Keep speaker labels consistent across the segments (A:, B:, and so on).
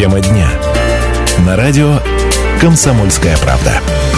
A: Тема дня. На радио «Комсомольская правда».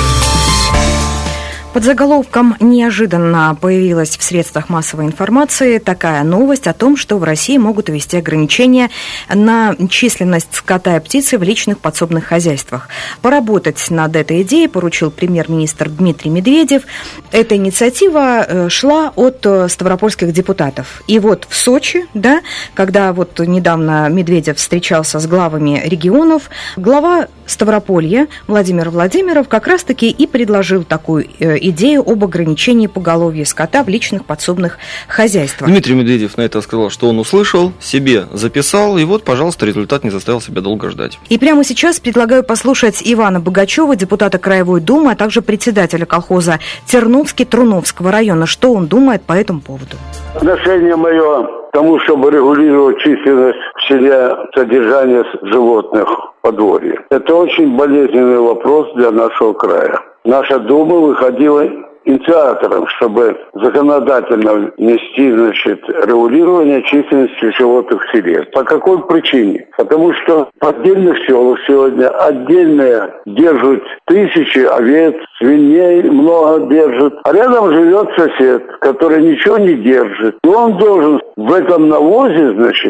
B: Под заголовком «Неожиданно» появилась в средствах массовой информации такая новость о том, что в России могут ввести ограничения на численность скота и птицы в личных подсобных хозяйствах. Поработать над этой идеей поручил премьер-министр Дмитрий Медведев. Эта инициатива шла от ставропольских депутатов. И вот в Сочи, когда вот недавно Медведев встречался с главами регионов, глава Ставрополья Владимир Владимиров как раз-таки и предложил такую идею об ограничении поголовья скота в личных подсобных хозяйствах.
C: Дмитрий Медведев на это сказал, что он услышал, себе записал, и вот, пожалуйста, результат не заставил себя долго ждать.
B: И прямо сейчас предлагаю послушать Ивана Богачева, депутата Краевой Думы, а также председателя колхоза Терновский Труновского района. Что он думает по этому поводу?
D: Отношение мое к тому, чтобы регулировать численность в селе содержания животных в подворье. Это очень болезненный вопрос для нашего края. Наша Дума выходила инициатором, чтобы законодательно внести, регулирование численности животных в селе. По какой причине? Потому что в отдельных селах сегодня отдельные держат тысячи овец, свиней много держат, а рядом живет сосед, который ничего не держит. И он должен в этом навозе,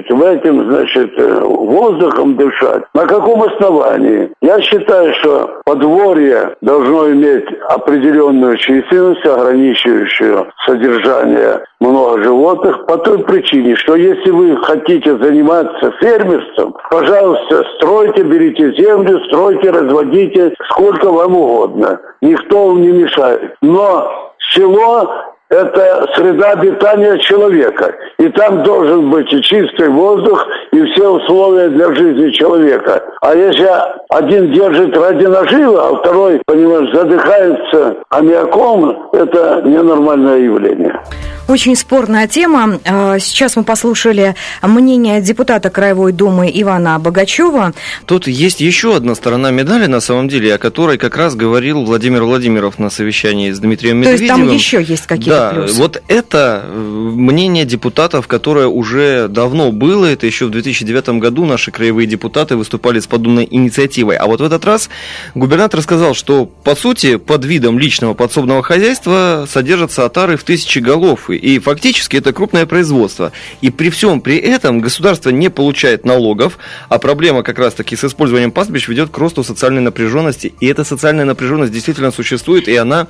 D: воздухом дышать. На каком основании? Я считаю, что подворье должно иметь определенную численность, ограничивающую содержание много животных, по той причине, что если вы хотите заниматься фермерством, пожалуйста, стройте, берите землю, стройте, разводите, сколько вам угодно. Никто вам не мешает. Но село – это среда обитания человека. И там должен быть и чистый воздух, и все условия для жизни человека. А если один держит ради наживы, а второй, задыхается аммиаком, это ненормальное явление.
B: Очень спорная тема. Сейчас мы послушали мнение депутата Краевой Думы Ивана Богачева.
C: Тут есть еще одна сторона медали, на самом деле, о которой как раз говорил Владимир Владимирович на совещании с Дмитрием Медведевым.
B: То есть там еще есть какие-то плюсы?
C: Вот это мнение депутатов, которое уже давно было. Это еще в 2009 году наши краевые депутаты выступали с подобной инициативой. А вот в этот раз губернатор сказал, что, по сути, под видом личного подсобного хозяйства содержатся отары в 1000 голов. И фактически это крупное производство. И при всем при этом государство не получает налогов, а проблема как раз-таки с использованием пастбищ ведет к росту социальной напряженности. И эта социальная напряженность действительно существует, и она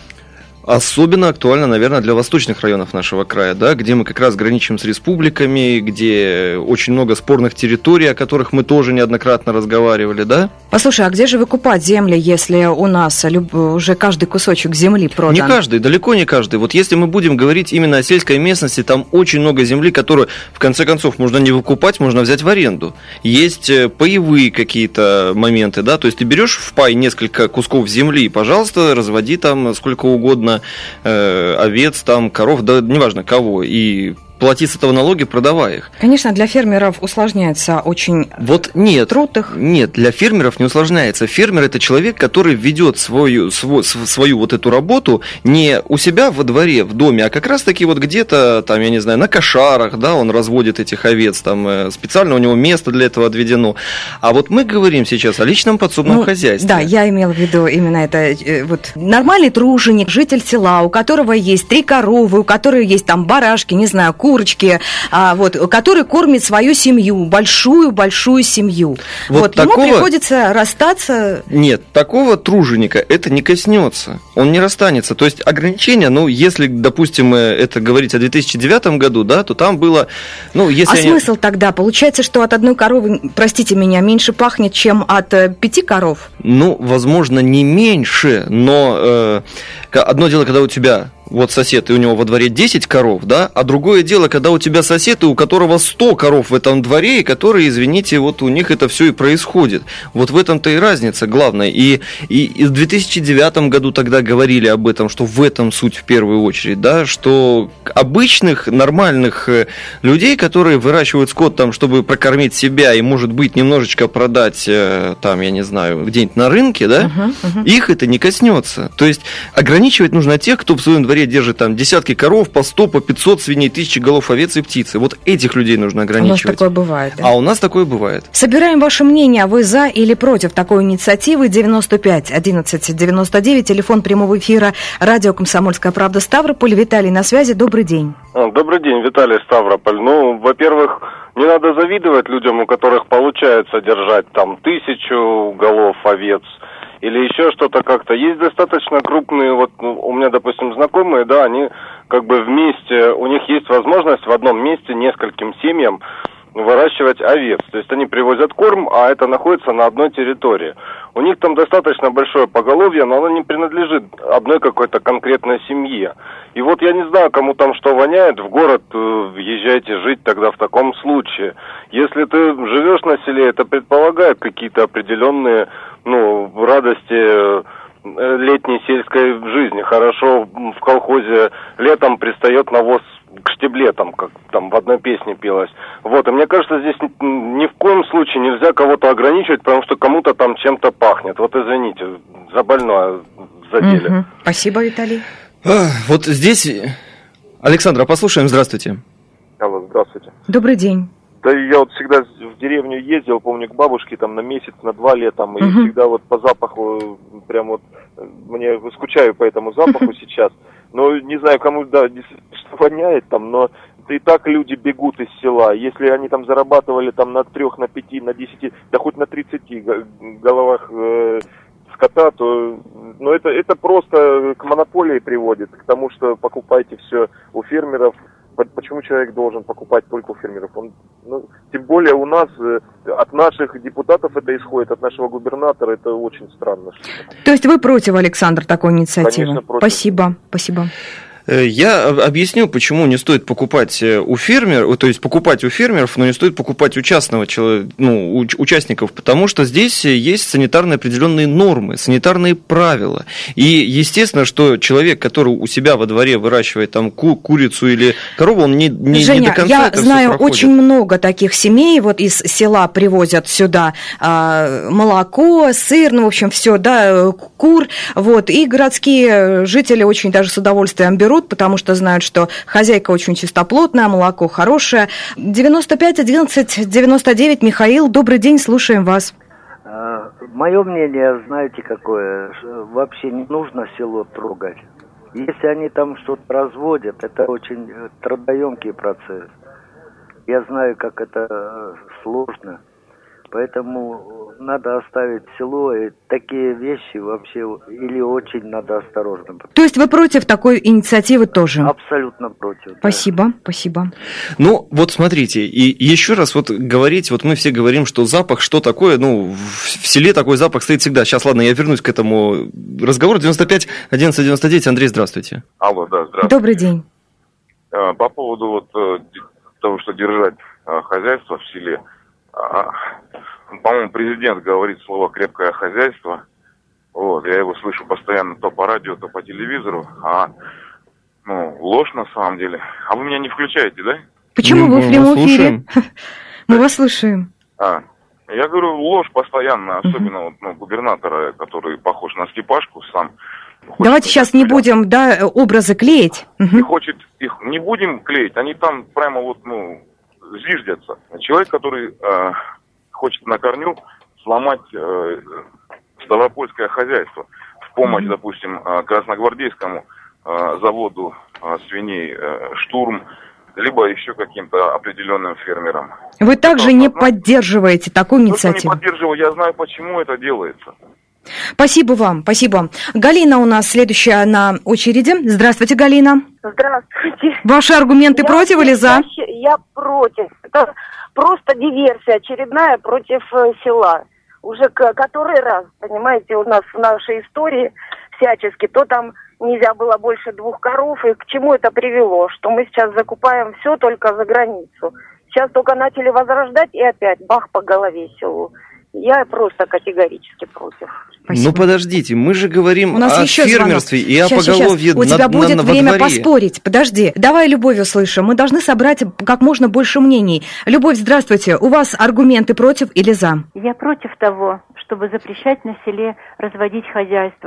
C: особенно актуально, наверное, для восточных районов нашего края, где мы как раз граничим с республиками, где очень много спорных территорий, о которых мы тоже неоднократно разговаривали,
B: Послушай, а где же выкупать земли, если у нас уже каждый кусочек земли продан?
C: Не каждый, далеко не каждый. Вот если мы будем говорить именно о сельской местности, там очень много земли, которую, в конце концов, можно не выкупать, можно взять в аренду. Есть паевые какие-то моменты, то есть ты берешь в пай несколько кусков земли, пожалуйста, разводи там сколько угодно овец, коров, неважно кого, и плати с этого налоги, продавая их.
B: Конечно, для фермеров усложняется очень труд их.
C: Нет, для фермеров не усложняется. Фермер – это человек, который ведет свою вот эту работу не у себя во дворе, в доме, а как раз-таки вот где-то, на кошарах, он разводит этих овец, специально у него место для этого отведено. А вот мы говорим сейчас о личном подсобном хозяйстве. Да,
B: я имела в виду именно это. Нормальный труженик, житель села, у которого есть 3 коровы, у которого есть барашки, курочки, который кормит свою семью, большую-большую семью. Ему приходится расстаться.
C: Нет, такого труженика это не коснется. Он не расстанется. То есть ограничения, если, допустим, это говорить о 2009 году, то там было...
B: смысл тогда? Получается, что от одной коровы, простите меня, меньше пахнет, чем от 5 коров?
C: Возможно, не меньше, но одно дело, когда у тебя сосед, и у него во дворе 10 коров, а другое дело, когда у тебя сосед, у которого 100 коров в этом дворе, и которые, извините, у них это все и происходит. Вот в этом-то и разница главная. И в 2009 году тогда говорили об этом, что в этом суть в первую очередь, что обычных, нормальных людей, которые выращивают скот, чтобы прокормить себя и, может быть, немножечко продать, где-нибудь на рынке, их это не коснется. То есть ограничивать нужно тех, кто в своем дворе дворе держит там десятки коров, по 100, по 500 свиней, 1000 голов овец и птицы. Вот этих людей нужно ограничивать.
B: У нас такое бывает, да?
C: А у нас такое бывает.
B: Собираем ваше мнение. Вы за или против такой инициативы? 95 11 99, телефон прямого эфира радио «Комсомольская правда» Ставрополь. Виталий на связи. Добрый день.
E: Добрый день, Виталий, Ставрополь. Ну, во-первых, не надо завидовать людям, у которых получается держать там 1000 голов овец или еще что-то как-то. Есть достаточно крупные, вот у меня, допустим, знакомые, да, они как бы вместе, у них есть возможность в одном месте нескольким семьям выращивать овец. То есть они привозят корм, а это находится на одной территории. У них там достаточно большое поголовье, но оно не принадлежит одной какой-то конкретной семье. И вот я не знаю, кому там что воняет, в город езжайте жить тогда в таком случае. Если ты живешь на селе, это предполагает какие-то определенные, радости летней сельской жизни. Хорошо в колхозе летом пристает навоз к штебле, там, как там в одной песне пелось. Вот, и мне кажется, здесь ни в коем случае нельзя кого-то ограничивать, потому что кому-то там чем-то пахнет. Вот извините, за больное задели.
B: Угу. Спасибо, Виталий.
C: Вот здесь... Александра, послушаем, здравствуйте.
F: Алло, здравствуйте.
B: Добрый день.
F: Да я вот всегда в деревню ездил, помню, к бабушке там на месяц, на 2 лета, и всегда вот по запаху, прям вот, мне скучаю по этому запаху сейчас. Но не знаю, кому, да, что воняет там, но и так люди бегут из села. Если они там зарабатывали там на 3, на 5, на 10, да хоть на 30 головах скота, то это просто к монополии приводит, к тому, что покупайте все у фермеров. Почему человек должен покупать только у фермеров? Тем более у нас, от наших депутатов это исходит, от нашего губернатора, это очень странно.
B: То есть вы против, Александр, такой инициативы?
F: Конечно, против.
B: Спасибо.
C: Я объясню, почему не стоит покупать у фермеров, то есть покупать у фермеров, но не стоит покупать у частного человека, участников, потому что здесь есть санитарные определенные нормы, санитарные правила. И естественно, что человек, который у себя во дворе выращивает там курицу или корову, он не
B: Женя,
C: до конца
B: я
C: это
B: знаю
C: все проходит.
B: очень много таких семей, вот из села привозят сюда молоко, сыр, в общем, все, да, кур, вот, и городские жители очень даже с удовольствием берут, потому что знают, что хозяйка очень чистоплотная, молоко хорошее. 95 11 99, Михаил, добрый день, слушаем вас.
G: Мое мнение, знаете какое, вообще не нужно село трогать. Если они там что-то разводят, это очень трудоемкий процесс. Я знаю, как это сложно. Поэтому надо оставить село, и такие вещи вообще или очень надо осторожно.
B: То есть вы против такой инициативы тоже?
G: Абсолютно против.
B: Спасибо.
C: Ну, вот смотрите, и еще раз вот говорить, вот мы все говорим, что запах, что такое, в селе такой запах стоит всегда. Сейчас, ладно, я вернусь к этому разговору. 95 11 99, Андрей, здравствуйте.
F: Алло, да, здравствуйте.
B: Добрый день.
F: По поводу того, что держать хозяйство в селе, по-моему, президент говорит слово «крепкое хозяйство». Вот, я его слышу постоянно то по радио, то по телевизору. Ложь на самом деле. А вы меня не включаете, да?
B: Почему вы в прямом эфире? Мы вас слушаем.
F: Я говорю, ложь постоянно, особенно губернатора, который похож на Степашку сам.
B: Давайте сейчас не будем, образы клеить.
F: И хочет их не будем клеить, они там прямо зиждятся. Человек, который хочет на корню сломать ставропольское хозяйство в помощь, допустим, красногвардейскому заводу свиней «Штурм», либо еще каким-то определенным фермерам.
B: Вы также не поддерживаете такую инициативу?
F: Не поддерживаю, я знаю, почему это делается.
B: Спасибо вам, спасибо. Галина у нас следующая на очереди. Здравствуйте, Галина.
H: Здравствуйте.
B: Ваши аргументы против или за?
H: Я против. Это просто диверсия очередная против села. Уже который раз, понимаете, у нас в нашей истории всячески, то там нельзя было больше 2 коров, и к чему это привело? Что мы сейчас закупаем все только за границу. Сейчас только начали возрождать, и опять бах по голове селу. Я просто категорически против.
B: Спасибо.
C: Подождите, мы же говорим
B: у нас
C: о
B: еще
C: фермерстве
B: звонок.
C: И о поголовье
B: У тебя будет время
C: дворе.
B: поспорить. Подожди, давай Любовь услышим. Мы должны собрать как можно больше мнений. Любовь, здравствуйте. У вас аргументы против или за?
I: Я против того, чтобы запрещать на селе разводить хозяйство.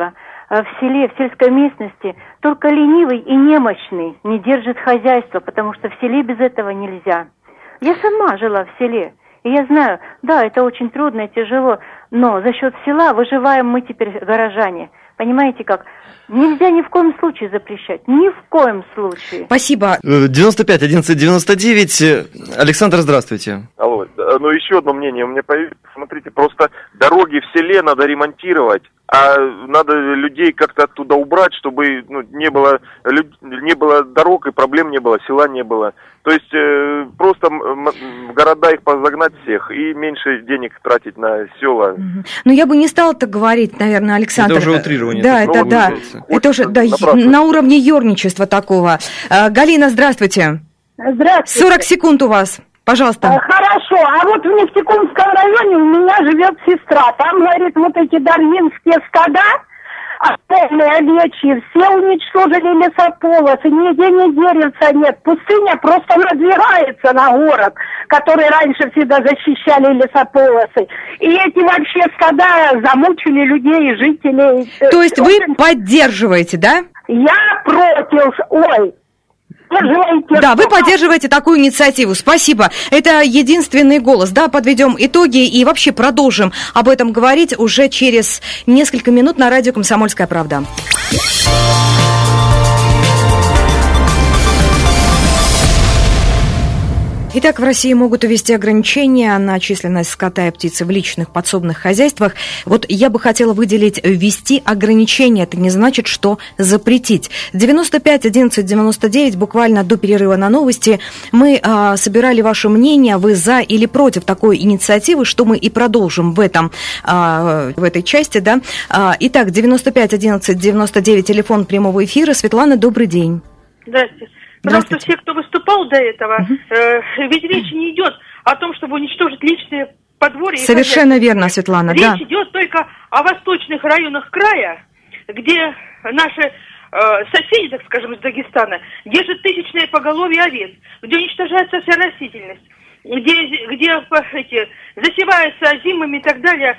I: в селе, в сельской местности, только ленивый и немощный не держит хозяйство, потому что в селе без этого нельзя. Я сама жила в селе, и я знаю, да, это очень трудно и тяжело, но за счет села выживаем мы теперь, горожане. Понимаете как? Нельзя ни в коем случае запрещать. Ни в коем случае.
B: Спасибо.
C: 95 11 99. Александр, здравствуйте.
F: Алло. Ну, еще одно мнение у меня появилось. Смотрите, просто дороги в селе надо ремонтировать, а надо людей как-то оттуда убрать, чтобы не было дорог и проблем не было, села не было. То есть просто в города их позагнать всех и меньше денег тратить на села.
B: Ну, я бы не стала так говорить, наверное, Александр.
C: Это уже утрирование.
B: Да, это уже на уровне ерничества такого. Галина, здравствуйте.
J: Здравствуйте.
B: 40 секунд у вас. Пожалуйста.
J: Хорошо. А вот в Нефтекумском районе у меня живет сестра. Там, говорит, вот эти дарвинские стада, полные овечьи, все уничтожили лесополосы, нигде не деревца нет. Пустыня просто надвигается на город, который раньше всегда защищали лесополосы. И эти вообще стада замучили людей и жителей.
B: То есть вы поддерживаете, да?
J: Я против.
B: Да, вы поддерживаете такую инициативу. Спасибо. Это единственный голос. Да, подведем итоги и вообще продолжим об этом говорить уже через несколько минут на радио «Комсомольская правда». Итак, в России могут ввести ограничения на численность скота и птицы в личных подсобных хозяйствах. Вот я бы хотела выделить ввести ограничения. Это не значит, что запретить. 95 11 99, буквально до перерыва на новости, мы собирали ваше мнение, вы за или против такой инициативы, что мы и продолжим в этой части. Да? Итак, 95 11 99, телефон прямого эфира. Светлана, добрый день.
K: Здравствуйте. Потому что все, кто выступал до этого, ведь речь не идет о том, чтобы уничтожить личные подворья.
B: Совершенно верно, Светлана, да.
K: Речь идет только о восточных районах края, где наши соседи, так скажем, из Дагестана, держат тысячное поголовье овец, где уничтожается вся растительность, где засеваются зимами и так далее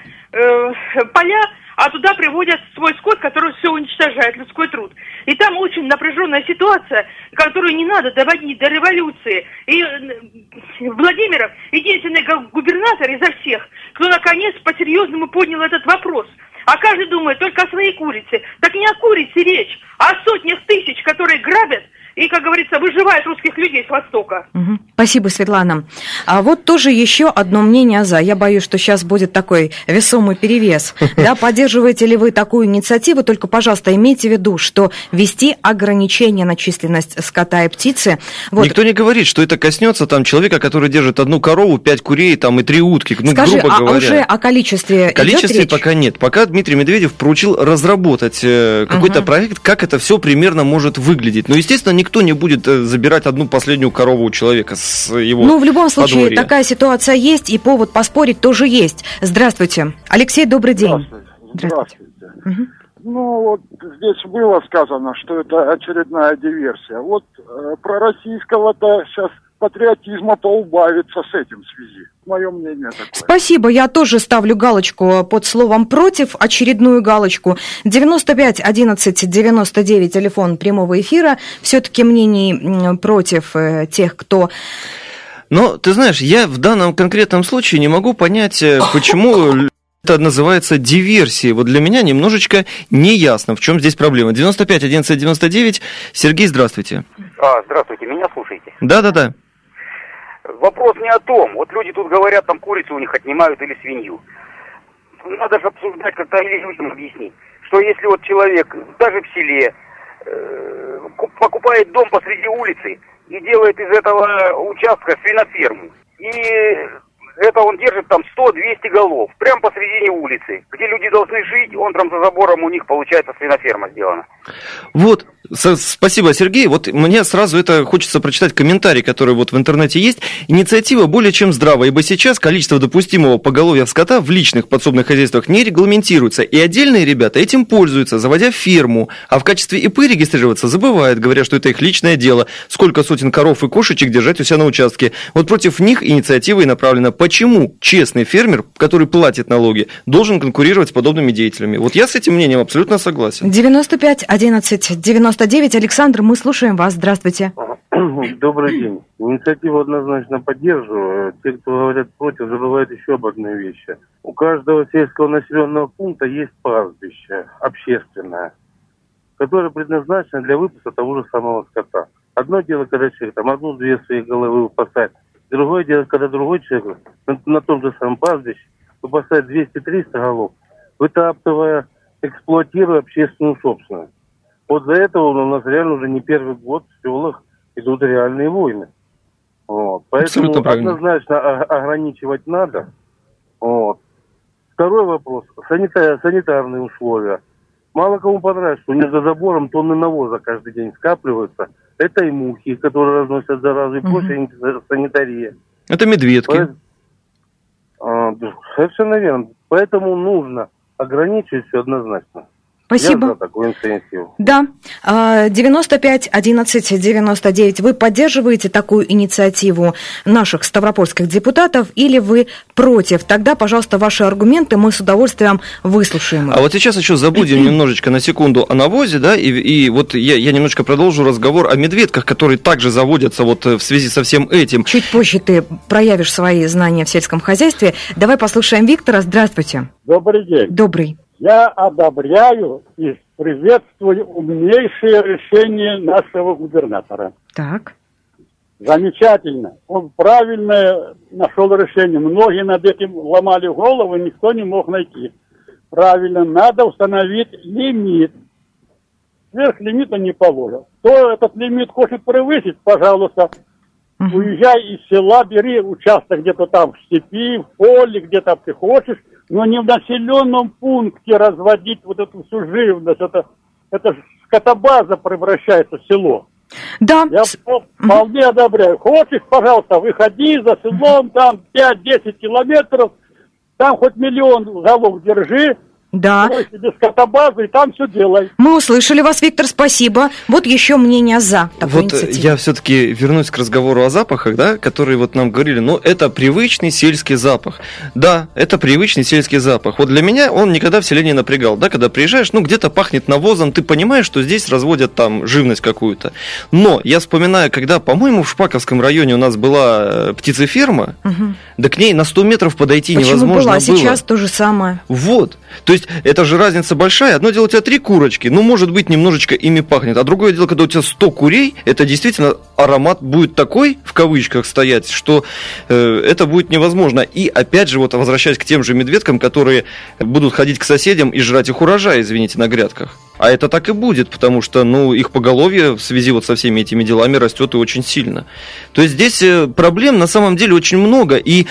K: поля, а туда приводят свой скот, который все уничтожает, людской труд. И там очень напряженная ситуация, которую не надо доводить до революции. И Владимиров единственный губернатор изо всех, кто наконец по-серьезному поднял этот вопрос. А каждый думает только о своей курице. Так не о курице речь, а о сотнях тысяч, которые грабят и, как говорится, выживают русских людей с Востока.
B: Спасибо, Светлана. А вот тоже еще одно мнение за. Я боюсь, что сейчас будет такой весомый перевес. Да, поддерживаете ли вы такую инициативу? Только, пожалуйста, имейте в виду, что ввести ограничения на численность скота и птицы. Вот.
C: Никто не говорит, что это коснется там человека, который держит 1 корову, 5 курей там, и 3 утки.
B: Скажи,
C: грубо говоря.
B: Уже о количестве идет
C: количестве
B: речь?
C: Пока нет. Пока Дмитрий Медведев поручил разработать какой-то проект, как это все примерно может выглядеть. Но, естественно, никто не будет забирать одну последнюю корову у человека с его
B: в любом случае,
C: подворья.
B: такая ситуация есть, и повод поспорить тоже есть. Здравствуйте. Алексей, добрый день.
L: Здравствуйте. Ну, вот здесь было сказано, что это очередная диверсия. Вот про российского-то сейчас патриотизма поубавится с этим в связи. Мое мнение такое.
B: Спасибо, я тоже ставлю галочку под словом «против», очередную галочку. 95 11 99, телефон прямого эфира. Все-таки мнений против тех, кто...
C: Но, ты знаешь, я в данном конкретном случае не могу понять, почему... Это называется диверсией. Вот для меня немножечко неясно, в чем здесь проблема. 95 11 99. Сергей, здравствуйте.
M: Здравствуйте, меня слушаете?
C: Да.
M: Вопрос не о том. Вот люди тут говорят, там курицу у них отнимают или свинью. Надо же обсуждать как-то или людям объяснить, что если вот человек, даже в селе, покупает дом посреди улицы и делает из этого участка свиноферму, и это он держит там 100-200 голов, прямо посредине улицы, где люди должны жить, он там за забором у них, получается, свиноферма сделана.
C: Вот, Спасибо, Сергей. Вот мне сразу это хочется прочитать комментарий, который вот в интернете есть. Инициатива более чем здравая, ибо сейчас количество допустимого поголовья скота в личных подсобных хозяйствах не регламентируется, и отдельные ребята этим пользуются, заводя ферму, а в качестве ИП регистрироваться забывают, говоря, что это их личное дело, сколько сотен коров и кошечек держать у себя на участке. Вот против них инициатива и направлена. Почему честный фермер, который платит налоги, должен конкурировать с подобными деятелями? Вот я с этим мнением абсолютно согласен. 95 11 99. Александр, мы слушаем вас. Здравствуйте.
N: Добрый день. Инициативу однозначно поддерживаю. Те, кто говорят против, забывают еще об одной вещи. У каждого сельского населенного пункта есть пастбище общественное, которое предназначено для выпаса того же самого скота. Одно дело, когда человек там одну-две свои головы выпасает. Другое дело, когда другой человек на том же самом пастбище выпасает 200-300 голов, вытаптывая, эксплуатируя общественную собственность. Вот за этого у нас реально уже не первый год в селах идут реальные войны. Вот. Поэтому однозначно ограничивать надо. Вот. Второй вопрос. Санитарные условия. Мало кому понравится, что у них за забором тонны навоза каждый день скапливаются. Это и мухи, которые разносят заразу, и прочая санитария. Это медведки. Совершенно верно. Поэтому нужно ограничивать все однозначно.
B: Спасибо.
N: Я за такую инициативу.
B: Да. 95 11 99. Вы поддерживаете такую инициативу наших ставропольских депутатов или вы против? Тогда, пожалуйста, ваши аргументы мы с удовольствием выслушаем.
C: А вот сейчас еще забудем немножечко на секунду о навозе, да, и вот я немножечко продолжу разговор о медведках, которые также заводятся вот в связи со всем этим.
B: Чуть позже ты проявишь свои знания в сельском хозяйстве. Давай послушаем Виктора. Здравствуйте.
O: Добрый день.
B: Добрый.
O: Я одобряю и приветствую умнейшее решение нашего губернатора.
B: Так.
O: Замечательно. Он правильное нашел решение. Многие над этим ломали голову, никто не мог найти. Правильно, надо установить лимит. Сверх лимита не положено. Кто этот лимит хочет превысить, пожалуйста, уезжай из села, бери участок где-то там в степи, в поле, где-то ты хочешь, но не в населенном пункте разводить вот эту всю живность. Это скотобаза превращается в село.
B: Да.
O: Я вполне одобряю. Хочешь, пожалуйста, выходи за селом, там 5-10 километров, там хоть 1 000 000 голов держи.
B: Да.
O: Без скотобазы, и там все делай.
B: Мы услышали вас, Виктор, спасибо. Вот еще мнение за такую инициативу.
C: Я все-таки вернусь к разговору о запахах, да, которые вот нам говорили. Ну, это привычный сельский запах. Да, это привычный сельский запах. Вот для меня он никогда в селе не напрягал, да, когда приезжаешь, ну, где-то пахнет навозом, ты понимаешь, что здесь разводят там живность какую-то. Но я вспоминаю, когда, по-моему, в Шпаковском районе у нас была птицеферма, да к ней на 100 метров подойти невозможно было.
B: Сейчас то же самое.
C: Вот. То есть это же разница большая. Одно дело, у тебя 3 курочки, ну, может быть, немножечко ими пахнет. А другое дело, когда у тебя 100 курей, это действительно аромат будет такой, в кавычках стоять, что это будет невозможно. И опять же, вот возвращаясь к тем же медведкам, которые будут ходить к соседям и жрать их урожай, извините, на грядках. А это так и будет, потому что, ну, их поголовье в связи вот со всеми этими делами растет и очень сильно. То есть здесь проблем на самом деле очень много, и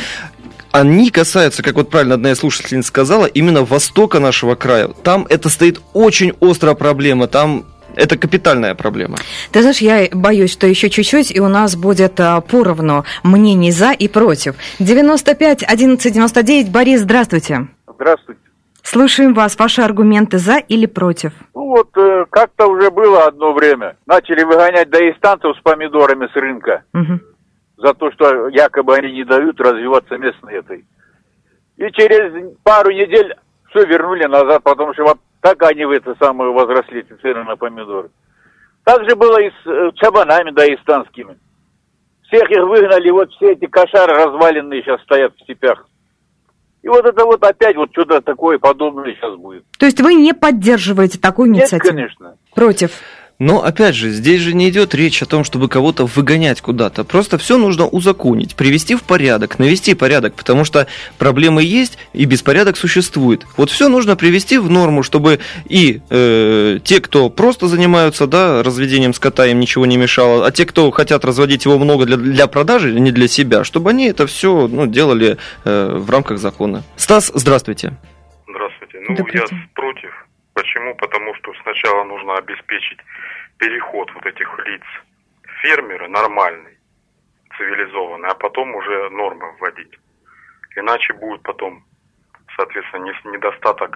C: они касаются, как вот правильно одна из слушательниц сказала, именно востока нашего края. Там это стоит очень острая проблема, там это капитальная проблема.
B: Ты знаешь, я боюсь, что еще чуть-чуть, и у нас будет поровну мнений за и против. 95 11 99. Борис, здравствуйте.
P: Здравствуйте.
B: Слушаем вас. Ваши аргументы за или против?
P: Ну вот, как-то уже было одно время. Начали выгонять дагестанцев с помидорами с рынка. За то, что якобы они не дают развиваться местной этой. И через пару недель все вернули назад, потому что вот так они в это самое возросли, цены на помидоры. Так же было и с чабанами дагестанскими. Всех их выгнали, вот все эти кошары разваленные сейчас стоят в степях. И вот это вот опять вот что-то такое подобное сейчас будет.
B: То есть вы не поддерживаете такую инициативу?
P: Нет, конечно.
B: Против?
C: Но, опять же, здесь же не идет речь о том, чтобы кого-то выгонять куда-то. Просто все нужно узаконить, привести в порядок, навести порядок, потому что проблемы есть, и беспорядок существует. Вот все нужно привести в норму, чтобы и те, кто просто занимаются, да, разведением скота, им ничего не мешало, а те, кто хотят разводить его много для продажи, не для себя, чтобы они это все делали в рамках закона. Стас, здравствуйте.
Q: Здравствуйте. Я против. Почему? Потому что сначала нужно обеспечить переход вот этих лиц, фермеры нормальный, цивилизованный, а потом уже нормы вводить. Иначе будет потом, соответственно, недостаток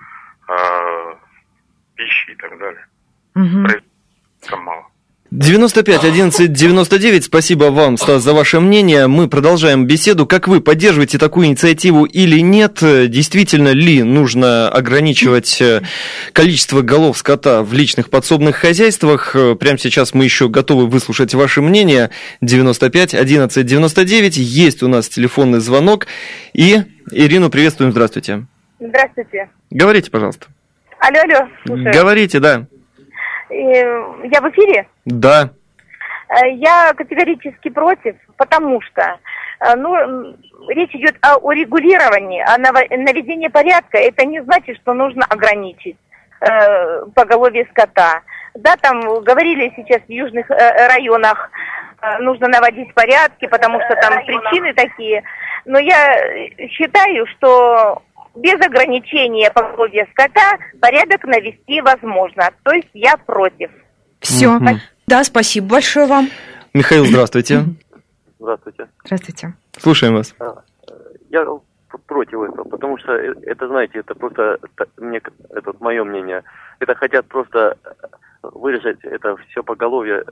Q: пищи и так далее. Производится мало.
C: 95 11 99. Спасибо вам, Стас, за ваше мнение. Мы продолжаем беседу. Как вы поддерживаете такую инициативу или нет? Действительно ли нужно ограничивать количество голов скота в личных подсобных хозяйствах? Прямо сейчас мы еще готовы выслушать ваше мнение. 95 11 99. Есть у нас телефонный звонок. И Ирину приветствуем. Здравствуйте.
R: Здравствуйте.
C: Говорите, пожалуйста.
R: Алло, слушаю.
C: Говорите, да.
R: Я в эфире?
C: Да.
R: Я категорически против, потому что речь идет о урегулировании, о наведении порядка. Это не значит, что нужно ограничить поголовье скота. Да, там говорили сейчас в южных районах, нужно наводить порядки, потому что там причины такие. Но я считаю, что без ограничения поголовья скота порядок навести возможно. То есть я против.
B: Все. Да, спасибо большое вам.
C: Михаил, здравствуйте.
S: Здравствуйте.
B: Здравствуйте.
C: Слушаем вас.
S: Я против этого, потому что это, знаете, это просто мое мнение. Это хотят просто вырежать это все поголовье,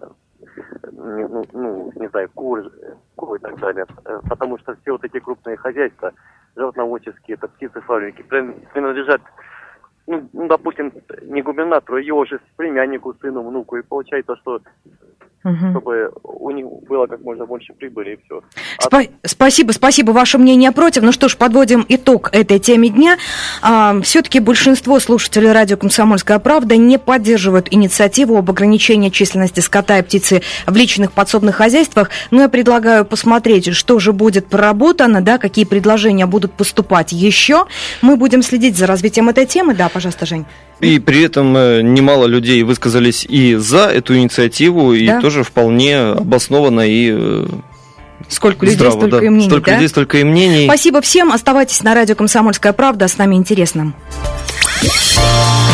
S: не знаю, кур и так далее. Потому что все вот эти крупные хозяйства, животноводческие, это птицефабрики, принадлежат, допустим, не губернатору, а его же племяннику, сыну, внуку. И получается, что чтобы у них было как можно больше прибыли, и все.
B: Спасибо. Ваше мнение против. Ну что ж, подводим итог этой теме дня. Все-таки большинство слушателей радио «Комсомольская правда» не поддерживают инициативу об ограничении численности скота и птицы в личных подсобных хозяйствах. Но я предлагаю посмотреть, что же будет проработано, да, какие предложения будут поступать еще. Мы будем следить за развитием этой темы. Да, пожалуйста, Жень.
C: И при этом немало людей высказались и за эту инициативу, и тоже вполне обоснованно и
B: сколько людей,
C: здраво,
B: столько
C: да.
B: и мнений.
C: Столько людей, столько и мнений.
B: Спасибо всем. Оставайтесь на радио «Комсомольская правда». С нами интересно.